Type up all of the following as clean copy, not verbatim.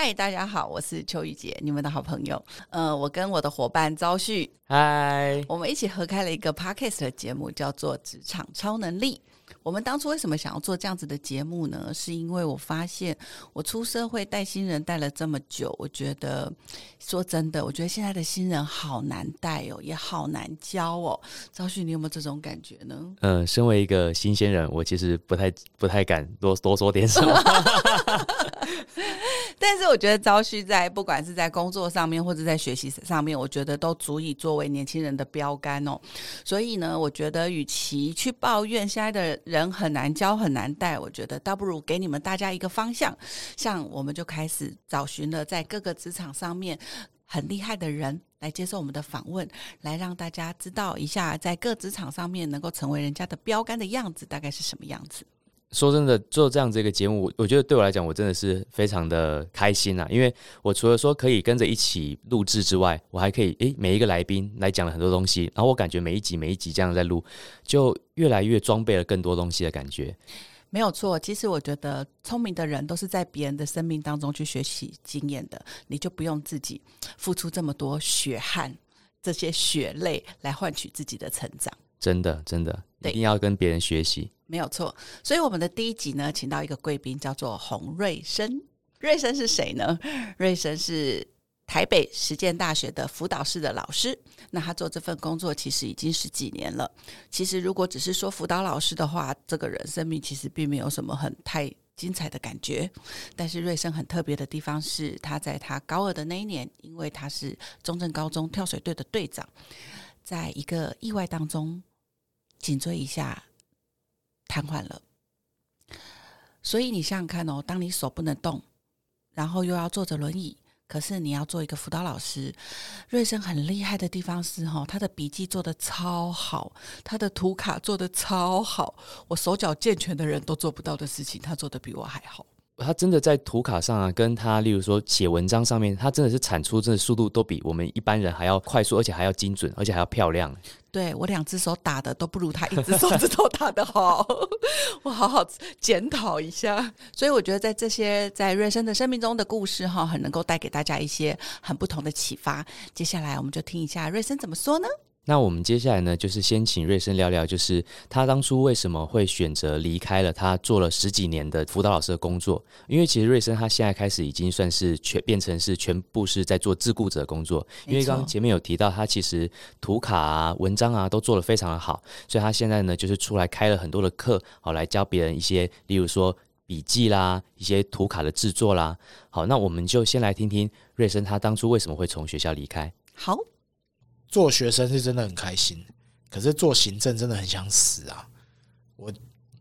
嗨，大家好，我是邱玉洁，你们的好朋友。我跟我的伙伴昭旭， 嗨， 我们一起合开了一个 podcast 的节目，叫做《职场超能力》。我们当初为什么想要做这样子的节目呢？是因为我发现我出社会带新人带了这么久，我觉得说真的，我觉得现在的新人好难带哦，也好难教哦。昭旭，你有没有这种感觉呢？ 身为一个新鲜人，我其实不太敢多说点什么。 但是我觉得昭旭在不管是在工作上面或者在学习上面，我觉得都足以作为年轻人的标杆哦。所以呢，我觉得与其去抱怨现在的人很难教很难带，我觉得倒不如给你们大家一个方向。像我们就开始找寻了在各个职场上面很厉害的人来接受我们的访问，来让大家知道一下在各职场上面能够成为人家的标杆的样子大概是什么样子。 说真的，做这样子一个节目，我觉得对我来讲，我真的是非常的开心啊！因为我除了说可以跟着一起录制之外，我还可以每一个来宾来讲了很多东西，然后我感觉每一集这样在录，就越来越装备了更多东西的感觉。 没有错，其实我觉得聪明的人都是在别人的生命当中去学习经验的，你就不用自己付出这么多血汗、这些血泪来换取自己的成长。 真的一定要跟别人学习， 没有错。所以我们的第一集呢，请到一个贵宾叫做洪瑞生。瑞生是谁呢？瑞生是台北实践大学的辅导室的老师，那他做这份工作其实已经10几年了。其实如果只是说辅导老师的话，这个人生命其实并没有什么太精彩的感觉。但是瑞生很特别的地方是，他在他高二的那一年，因为他是中正高中跳水队的队长，在一个意外当中颈椎一下瘫痪了。所以你想想看哦，当你手不能动，然后又要坐着轮椅，可是你要做一个辅导老师。瑞生很厉害的地方是他的笔记做得超好，他的图卡做得超好，我手脚健全的人都做不到的事情，他做得比我还好。 他真的在图卡上啊，跟他例如说写文章上面，他真的是产出真的速度都比我们一般人还要快速，而且还要精准，而且还要漂亮。 对，我2只手打的都不如他1只手指头打的好。我好好检讨一下。所以我觉得在这些在瑞生的生命中的故事很能够带给大家一些很不同的启发。接下来我们就听一下瑞生怎么说呢？ 那我们接下来呢，就是先请瑞生聊聊，就是他当初为什么会选择离开了他做了10几年的辅导老师的工作。因为其实瑞生他现在开始已经算是变成是全部是在做自雇者的工作，因为刚刚前面有提到他其实图卡啊文章啊都做得非常的好，所以他现在呢就是出来开了很多的课，好来教别人一些例如说笔记啦，一些图卡的制作啦。好，那我们就先来听听瑞生他当初为什么会从学校离开。 好， 做学生是真的很开心，可是做行政真的很想死啊！我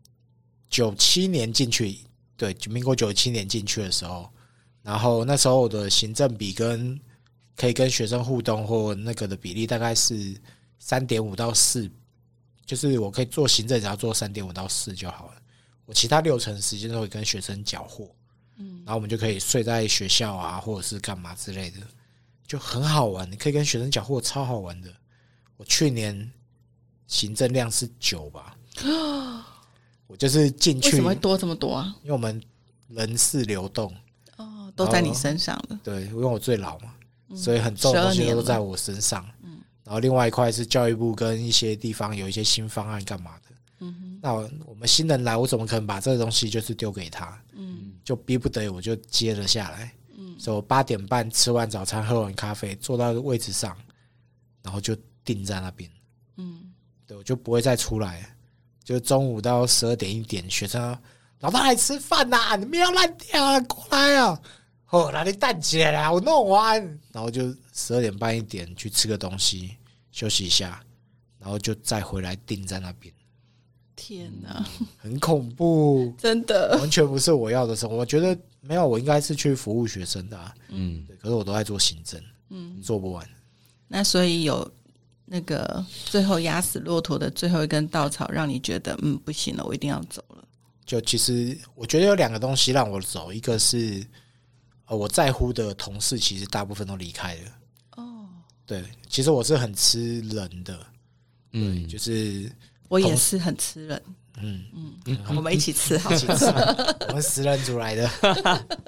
97年进去，对，民国97年进去的时候，然后那时候我的行政比可以跟学生互动或那个的比例大概是3.5到4，就是我可以做行政只要做3.5到4就好了，我其他60%时间都会跟学生缴获，然后我们就可以睡在学校啊，或者是干嘛之类的。就很好玩，你可以跟学生缴获，超好玩的。我去年行政量是9吧，我就是进去。 为什么会多这么多啊？ 因为我们人事流动都在你身上了。 对，因为我最老嘛，所以很重的东西都在我身上。然后另外一块是教育部跟一些地方有一些新方案干嘛的。那我们新人来，我怎么可能把这个东西就是丢给他？就逼不得已我就接了下来。所以我8点半吃完早餐，喝完咖啡，坐到位置上，然后就定在那边。对，我就不会再出来。就中午到12点1点，学生老大来吃饭呐，你们要烂掉了，过来啊！哦，哪里蛋起来啦，我弄完，然后就12点半1点去吃个东西，休息一下，然后就再回来定在那边。 天哪， 很恐怖， 真的， 完全不是我要的生活。我觉得没有，我应该是去服务学生的对，可是我都在做行政，做不完。 那所以有那个最后压死骆驼的最后一根稻草，让你觉得不行了，我一定要走了。 就其实我觉得有2个东西让我走，一个是我在乎的同事，其实大部分都离开了。对，其实我是很吃人的，就是我也是很吃人。我们一起吃好， 一起吃，我们10人组来的。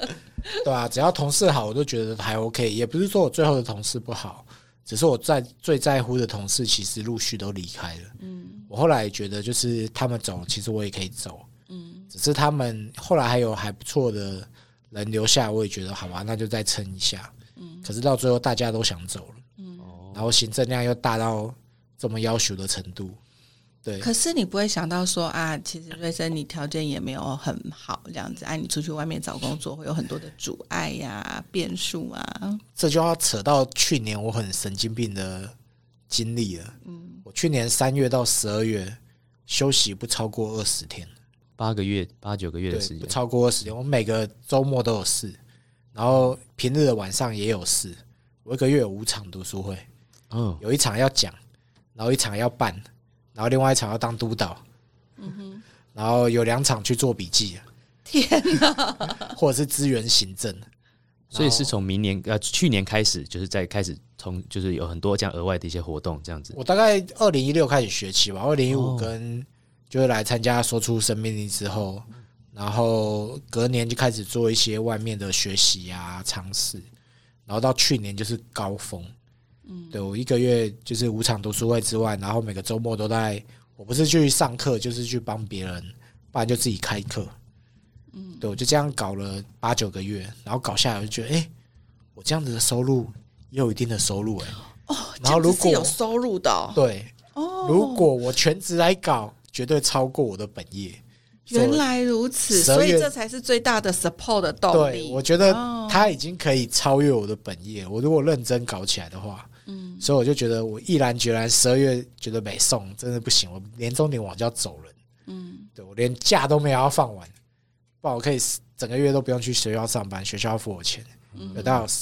对啊，只要同事好，我都觉得还 OK。也不是说我最后的同事不好，只是我最在乎的同事其实陆续都离开了。我后来觉得就是他们走，其实我也可以走。只是他们后来还有还不错的人留下，我也觉得好吧，那就再撑一下。可是到最后大家都想走了，然后行政量又大到这么要求的程度。对， 可是你不会想到说啊，其实瑞生你条件也没有很好，这样子，你出去外面找工作会有很多的阻碍呀、变数啊。 这就要扯到去年我很神经病的经历了。我去年3月到12月休息不超过20天 ，8、9个月的时间， 不超过20天。我每个周末都有事，然后平日的晚上也有事。我1个月有5场读书会，有1场要讲，然后1场要办，然后另外1场要当督导，然后有2场去做笔记， 天哪！ 或者是资源行政。 所以是从去年开始，就是在开始就是有很多这样额外的一些活动这样子。 我大概2016开始学起吧，2015跟就是来参加说出生命力之后，然后隔年就开始做一些外面的学习啊尝试，然后到去年就是高峰。对，我1个月就是5场读书会之外，然后每个周末都在，我不是去上课就是去帮别人，不然就自己开课。对，我就这样搞了8、9个月，然后搞下来我就觉得我这样子的收入也有一定的收入然后如果是有收入的对如果我全职来搞，绝对超过我的本业。 原来如此，所以这才是最大的 support 的动力。 对，我觉得它已经可以超越我的本业。我如果认真搞起来的话，所以我就觉得我毅然决然12月觉得没送，真的不行，我年终领完就要走人。对，我连假都没有要放完，不然我可以整个月都不用去学校上班，学校要付我钱，有大概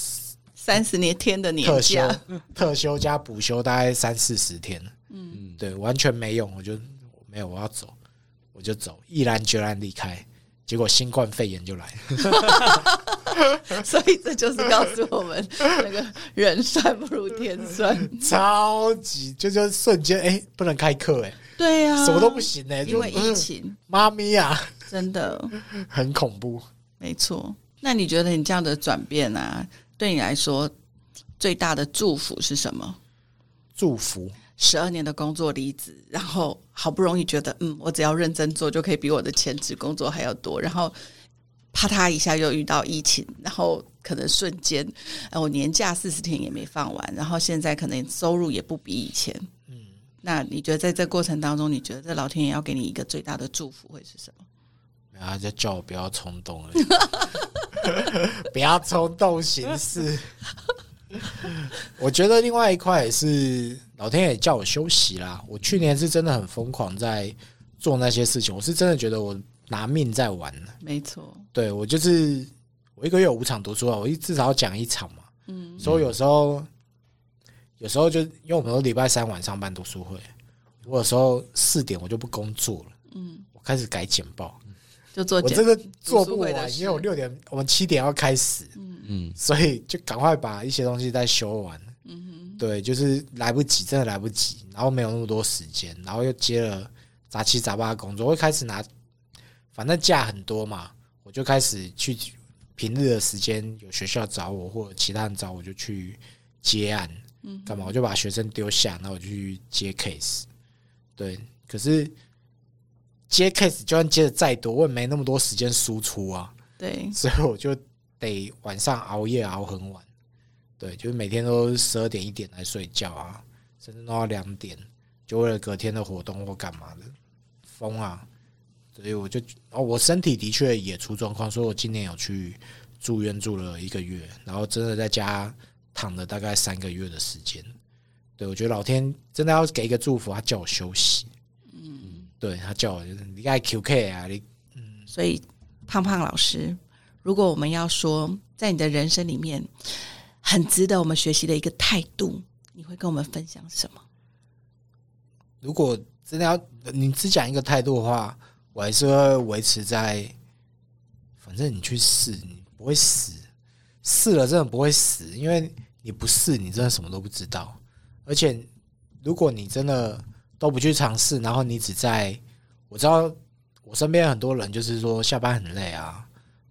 30天的年假， 特休加补休大概30-40天。对，完全没用，没有，我要走，我就走，毅然决然离开。结果新冠肺炎就来了， 所以这就是告诉我们，那个人算不如天算， 超级就瞬间不能开课对啊， 什么都不行因为疫情， 妈咪啊， 真的很恐怖。 没错，那你觉得你这样的转变啊，对你来说最大的祝福是什么？ 祝福 12年的工作离职，然后好不容易觉得我只要认真做就可以比我的前职工作还要多，然后啪嗒一下又遇到疫情，然后可能瞬间我年假40天也没放完，然后现在可能收入也不比以前。那你觉得在这过程当中，你觉得这老天爷要给你一个最大的祝福会是什么？ 他就叫我不要冲动而已不要冲动行事我觉得另外一块也是老天爷叫我休息啦。我去年是真的很疯狂在做那些事情，我是真的觉得我拿命在玩。 没错， 对，我就是我1个月有5场读书会，我至少要讲1场嘛。所以有时候就因为我们都礼拜3晚上办读书会，我有时候4点我就不工作了，我开始改简报， 就做我真的做不完，因为我们7点要开始，所以就赶快把一些东西再修完。对，就是来不及，真的来不及，然后没有那么多时间，然后又接了杂七杂八的工作，会开始反正假很多嘛，我就开始去平日的时间有学校找我或者其他人找我就去接案。干嘛？我就把学生丢下，然后我就去接 case。对，可是接 case 就算接的再多，我也没那么多时间输出啊。 对， 所以我就得晚上熬夜熬很晚。对，就是每天都12点1点来睡觉啊，甚至弄到2点，就为了隔天的活动或干嘛的，疯啊！所以我身体的确也出状况，所以我今年有去住院住了1个月，然后真的在家躺了大概3个月的时间。对，我觉得老天真的要给一个祝福，他叫我休息。对，他叫我你爱 QK 啊， 所以胖胖老师，如果我们要说在你的人生里面很值得我们学习的一个态度，你会跟我们分享什么？ 如果真的要你只讲一个态度的话，我还是会维持在，反正你去试，你不会死，试了真的不会死，因为你不试，你真的什么都不知道。而且如果你真的都不去尝试，然后你只在，我知道我身边很多人就是说下班很累啊，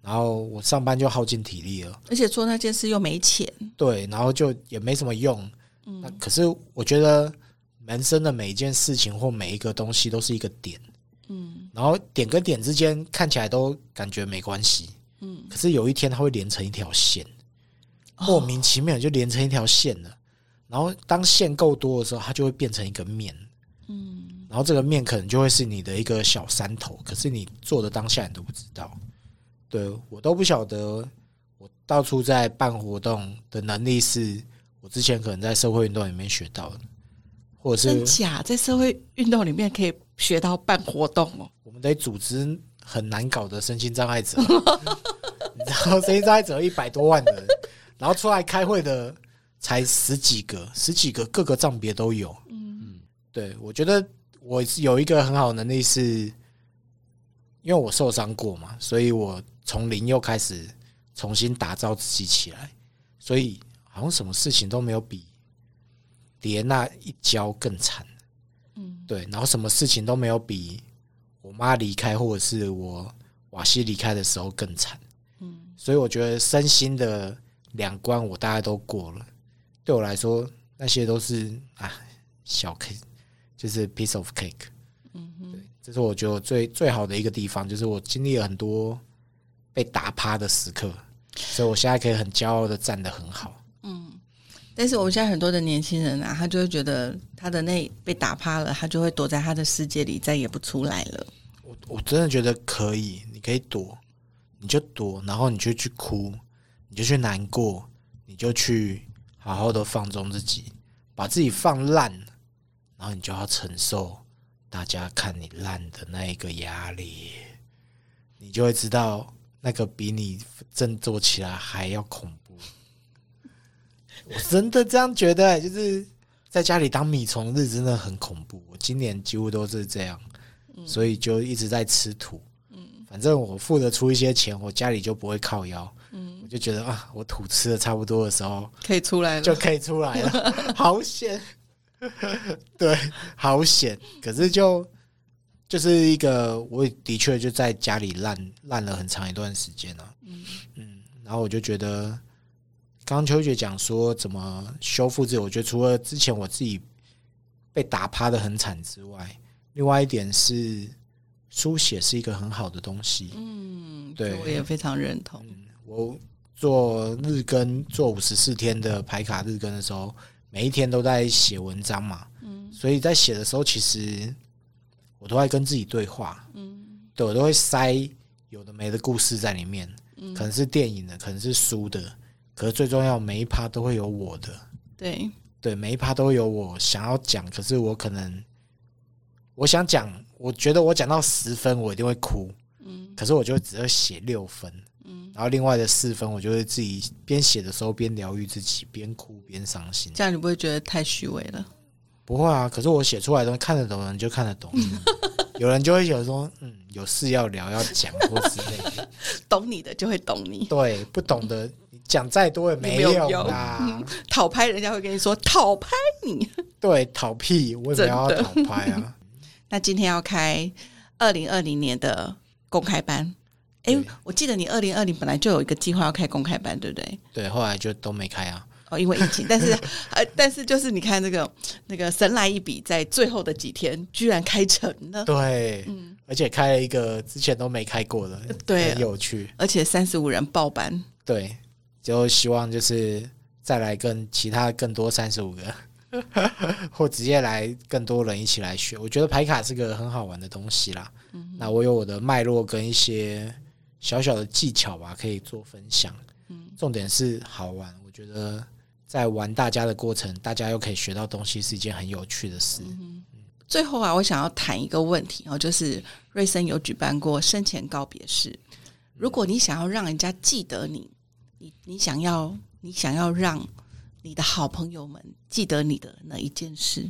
然后我上班就耗尽体力了， 而且做那件事又没钱， 对，然后就也没什么用。那可是我觉得人生的每一件事情或每一个东西都是一个点，然后点跟点之间看起来都感觉没关系，可是有一天它会连成一条线，莫名其妙就连成一条线了。然后当线够多的时候，它就会变成一个面，然后这个面可能就会是你的一个小山头，可是你做的当下你都不知道。对，我都不晓得，我到处在办活动的能力是我之前可能在社会运动里面学到的，或者是真假在社会运动里面可以学到办活动哦。 我们得组织很难搞的身心障碍者，你知道身心障碍者100多万人，然后出来开会的才十几个，各个障别都有。对，我觉得我有一个很好的能力是，因为我受伤过嘛，所以我从零又开始重新打造自己起来，所以好像什么事情都没有比跌那一跤更惨。对，然后什么事情都没有比我妈离开或者是我瓦西离开的时候更惨。所以我觉得身心的2关我大概都过了，对我来说那些都是小 cake， 就是 piece of cake。对，这是我觉得我最好的一个地方，就是我经历了很多被打趴的时刻，所以我现在可以很骄傲的站得很好。 但是我们现在很多的年轻人啊，他就会觉得他的那被打趴了，他就会躲在他的世界里再也不出来了。 我真的觉得可以，你可以躲，你就躲，然后你就去哭，你就去难过，你就去好好的放纵自己，把自己放烂，然后你就要承受大家看你烂的那一个压力，你就会知道那个比你振作起来还要恐怖。我真的这样觉得，就是在家里当米虫日子真的很恐怖。我今年几乎都是这样，所以就一直在吃土。反正我付得出一些钱，我家里就不会靠腰。我就觉得我土吃的差不多的时候， 可以出来了， 就可以出来了，好险！对，好险！可是就是一个，我的确就在家里烂了很长一段时间啊。然后我就觉得，刚刚秋姐讲说怎么修复自己，我觉得除了之前我自己被打趴的很惨之外，另外一点是书写是一个很好的东西。对， 我也非常认同。 我做日更，做54天的牌卡日更的时候，每一天都在写文章嘛。所以在写的时候，其实我都在跟自己对话。对，我都会塞有的没的故事在里面，可能是电影的，可能是书的，可是最重要，每一趴都会有我的。对，每一趴都有我想要讲，可是我可能我想讲，我觉得我讲到10分，我一定会哭。可是我就只会写6分。然后另外的4分，我就会自己边写的时候边疗愈自己，边哭边伤心。 这样你不会觉得太虚伪了？ 不会啊，可是我写出来的东西看得懂的人就看得懂，有人就会有说有事要聊要讲或之类的， 懂你的就会懂你， 对，不懂的讲再多也没用啦。 讨拍人家会跟你说讨拍你， 对，讨屁，我也没有要讨拍啊。 那今天要开2020年的公开班。我记得你2020本来就有一个计划要开公开班，对不对？ 对，后来就都没开啊。 因为疫情，但是就是你看那个神来一笔，在最后的几天居然开成了。对， 而且开了一个之前都没开过的，对，很有趣， 而且35人报班。 对，就希望就是再来跟其他更多35个，或直接来更多人一起来学。我觉得牌卡是个很好玩的东西啦。那我有我的脉络跟一些小小的技巧吧，可以做分享。重点是好玩，我觉得在玩大家的过程，大家又可以学到东西，是一件很有趣的事。 最后啊，我想要谈一个问题就是瑞森有举办过生前告别式。如果你想要让人家记得你想要让你的好朋友们记得你的哪一件事？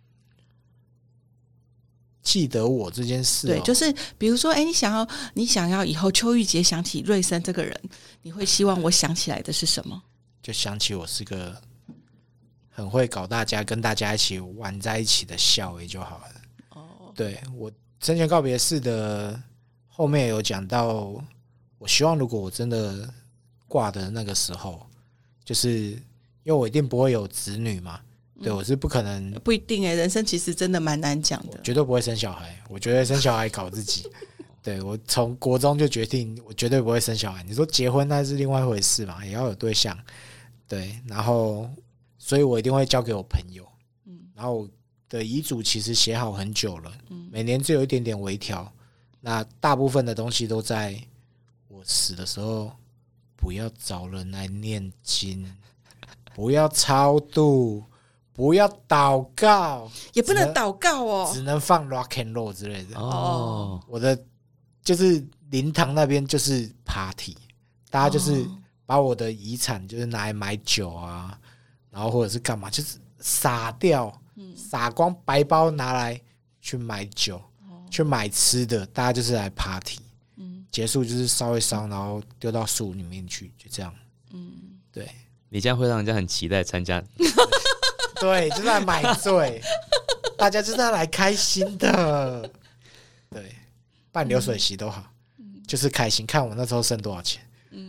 记得我这件事。 对，就是比如说你想要以后秋玉姐想起瑞森这个人，你会希望我想起来的是什么？ 就想起我是个很会搞大家，跟大家一起玩在一起的笑就好了。对，我生前告别式的后面有讲到， 我希望如果我真的挂的那个时候，就是因为我一定不会有子女嘛，对，我是不可能， 不一定人生其实真的蛮难讲的， 绝对不会生小孩，我觉得生小孩搞自己。对，我从国中就决定我绝对不会生小孩，你说结婚那是另外一回事嘛，也要有对象，对，然后所以我一定会交给我朋友，然后我的遗嘱其实写好很久了，每年只有一点点微调，那大部分的东西都在我死的时候，不要找人来念经，不要超度，不要祷告， 也不能祷告哦， 只能放 rock and roll 之类的。我的就是灵堂那边就是 party， 大家就是把我的遗产就是拿来买酒啊，然后或者是干嘛，就是撒掉，撒光，白包拿来去买酒，去买吃的，大家就是来 party。结束就是烧一烧，然后丢到树里面去，就这样。对， 你这样会让人家很期待参加。 对，就是来买醉，大家就是来开心的。对，办流水席都好，就是开心，看我那时候剩多少钱。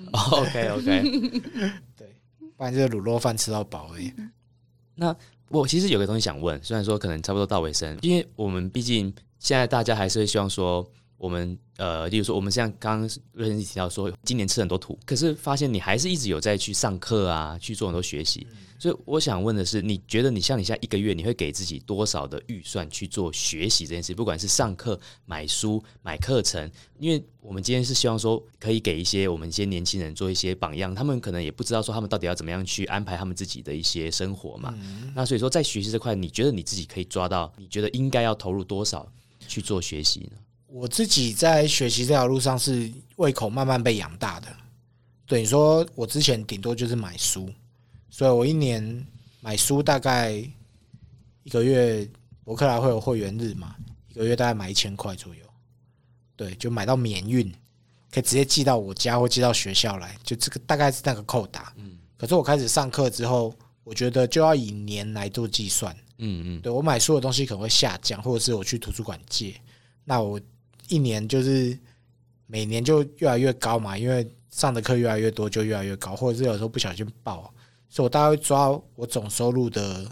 OK， 对，不然就是卤肉饭吃到饱而已。 那我其实有个东西想问，虽然说可能差不多到尾声，因为我们毕竟现在大家还是会希望说，我们例如说我们像刚刚瑞生提到说，今年吃很多土，可是发现你还是一直有在去上课啊，去做很多学习。所以我想问的是，你觉得你现在一个月你会给自己多少的预算去做学习这件事？不管是上课、买书、买课程，因为我们今天是希望说可以给一些我们一些年轻人做一些榜样，他们可能也不知道说他们到底要怎么样去安排他们自己的一些生活嘛。那所以说在学习这块，你觉得你自己可以抓到，你觉得应该要投入多少去做学习呢？ 我自己在学习这条路上是胃口慢慢被养大的。对，你说我之前顶多就是买书，所以我一年买书大概一个月，博客来会有会员日嘛，一个月大概买1000块左右。对，就买到免运，可以直接寄到我家或寄到学校来，就这个大概是那个扣打。可是我开始上课之后，我觉得就要以年来做计算。对，我买书的东西可能会下降，或者是我去图书馆借，那我一年就是每年就越来越高嘛，因为上的课越来越多就越来越高，或者是有时候不小心爆，所以我大概会抓我总收入的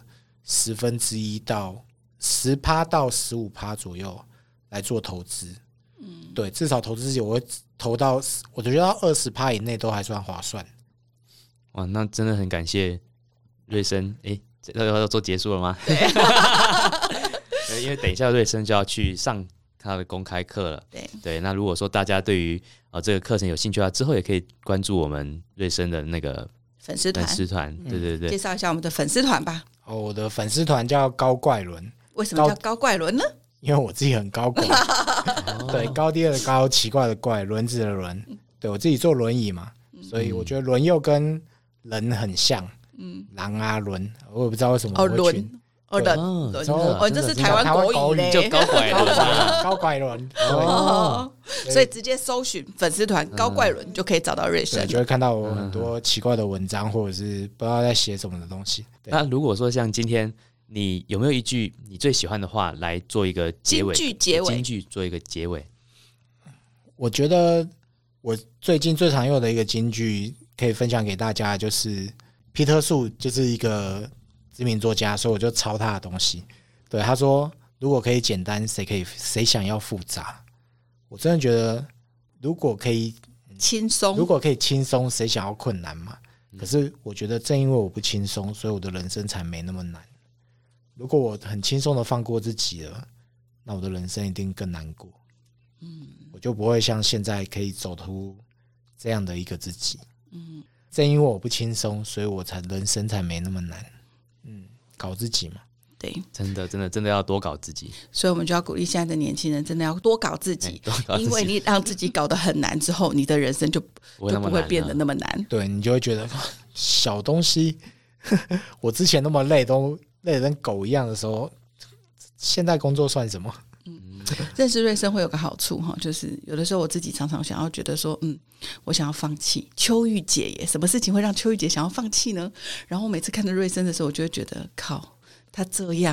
1/10到10%到15%左右来做投资。对，至少投资自己我会投到，我觉得到20%以内都还算划算。 哇，那真的很感谢瑞生。要做结束了吗？因为等一下瑞生就要去上他的公开课了。对，那如果说大家对于这个课程有兴趣的话，之后也可以关注我们瑞生的那个粉丝团。对， 介绍一下我们的粉丝团吧。 我的粉丝团叫高怪轮。 为什么叫高怪轮呢？ 因为我自己很高怪。对，高低的高，奇怪的怪，轮子的轮。对，我自己坐轮椅嘛，所以我觉得轮又跟人很像。狼啊轮，我也不知道为什么会取轮，这是台湾国语嘞， 就高怪轮啊， 高怪轮。 所以直接搜寻粉丝团高怪轮就可以找到瑞生， 就会看到我很多奇怪的文章，或者是不知道在写什么的东西。 那如果说像今天，你有没有一句你最喜欢的话来做一个结尾？金句做一个结尾。 我觉得我最近最常用的一个金句可以分享给大家，就是皮特树就是一个知名作家，所以我就抄他的东西。对，他说如果可以简单，谁想要复杂？我真的觉得如果可以轻松，谁想要困难嘛？可是我觉得正因为我不轻松，所以我的人生才没那么难。如果我很轻松的放过自己了，那我的人生一定更难过。我就不会像现在可以走出这样的一个自己。正因为我不轻松，所以我人生才没那么难。搞自己嘛。 对， 真的要多搞自己。 所以我们就要鼓励现在的年轻人，真的要多搞自己，因为你让自己搞得很难之后，你的人生就不会变得那么难。 对，你就会觉得小东西，我之前那么累，都累得跟狗一样的时候，现在工作算什么？ 认识瑞生会有个好处，就是有的时候我自己常常想要觉得说，我想要放弃。秋玉姐耶，什么事情会让秋玉姐想要放弃呢？然后我每次看到瑞生的时候，我就会觉得靠，他这样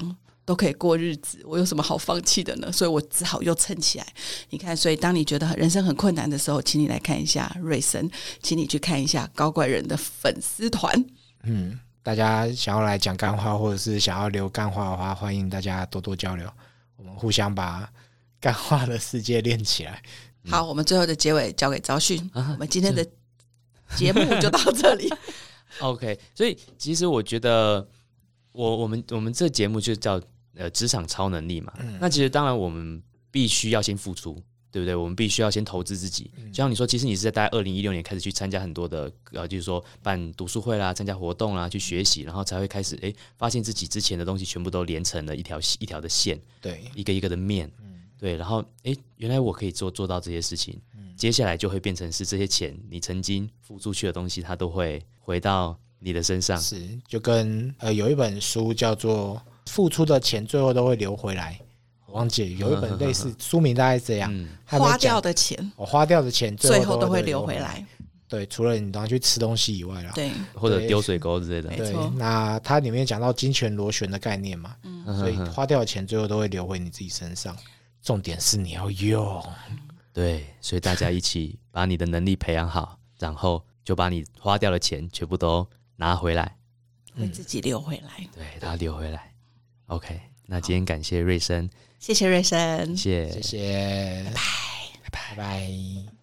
都可以过日子，我有什么好放弃的呢？所以我只好又撑起来。你看，所以当你觉得人生很困难的时候，请你来看一下瑞森，请你去看一下高怪人的粉丝团。 大家想要来讲干话，或者是想要留干话的话，欢迎大家多多交流，我们互相把干话的世界练起来。 好，我们最后的结尾交给昭训，我们今天的节目就到这里。 OK， 所以其实我觉得我们这节目就叫职场超能力嘛。那其实当然我们必须要先付出，对不对？我们必须要先投资自己。就像你说，其实你是在大概2016年开始去参加很多的就是说办读书会啦、参加活动啦、去学习，然后才会开始发现自己之前的东西全部都连成了一条的线， 对， 一个一个的面。对，然后原来我可以做到这些事情，接下来就会变成是这些钱你曾经付出去的东西，它都会回到你的身上。 是，就跟有一本书叫做《付出的钱最后都会流回来》，我忘记有一本类似书名大概是这样， 花掉的钱， 花掉的钱最后都会流回来。 对，除了你拿去吃东西以外啦， 对， 或者丢水沟之类的。 对，那它里面讲到金钱螺旋的概念嘛，所以花掉的钱最后都会流回你自己身上。重点是你要用， 对，所以大家一起把你的能力培养好，然后就把你花掉的钱全部都拿回来， 为自己留回来。 对，它留回来。OK， 那今天感谢瑞森， 谢谢瑞森， 谢谢， 谢谢， 拜拜， 拜拜。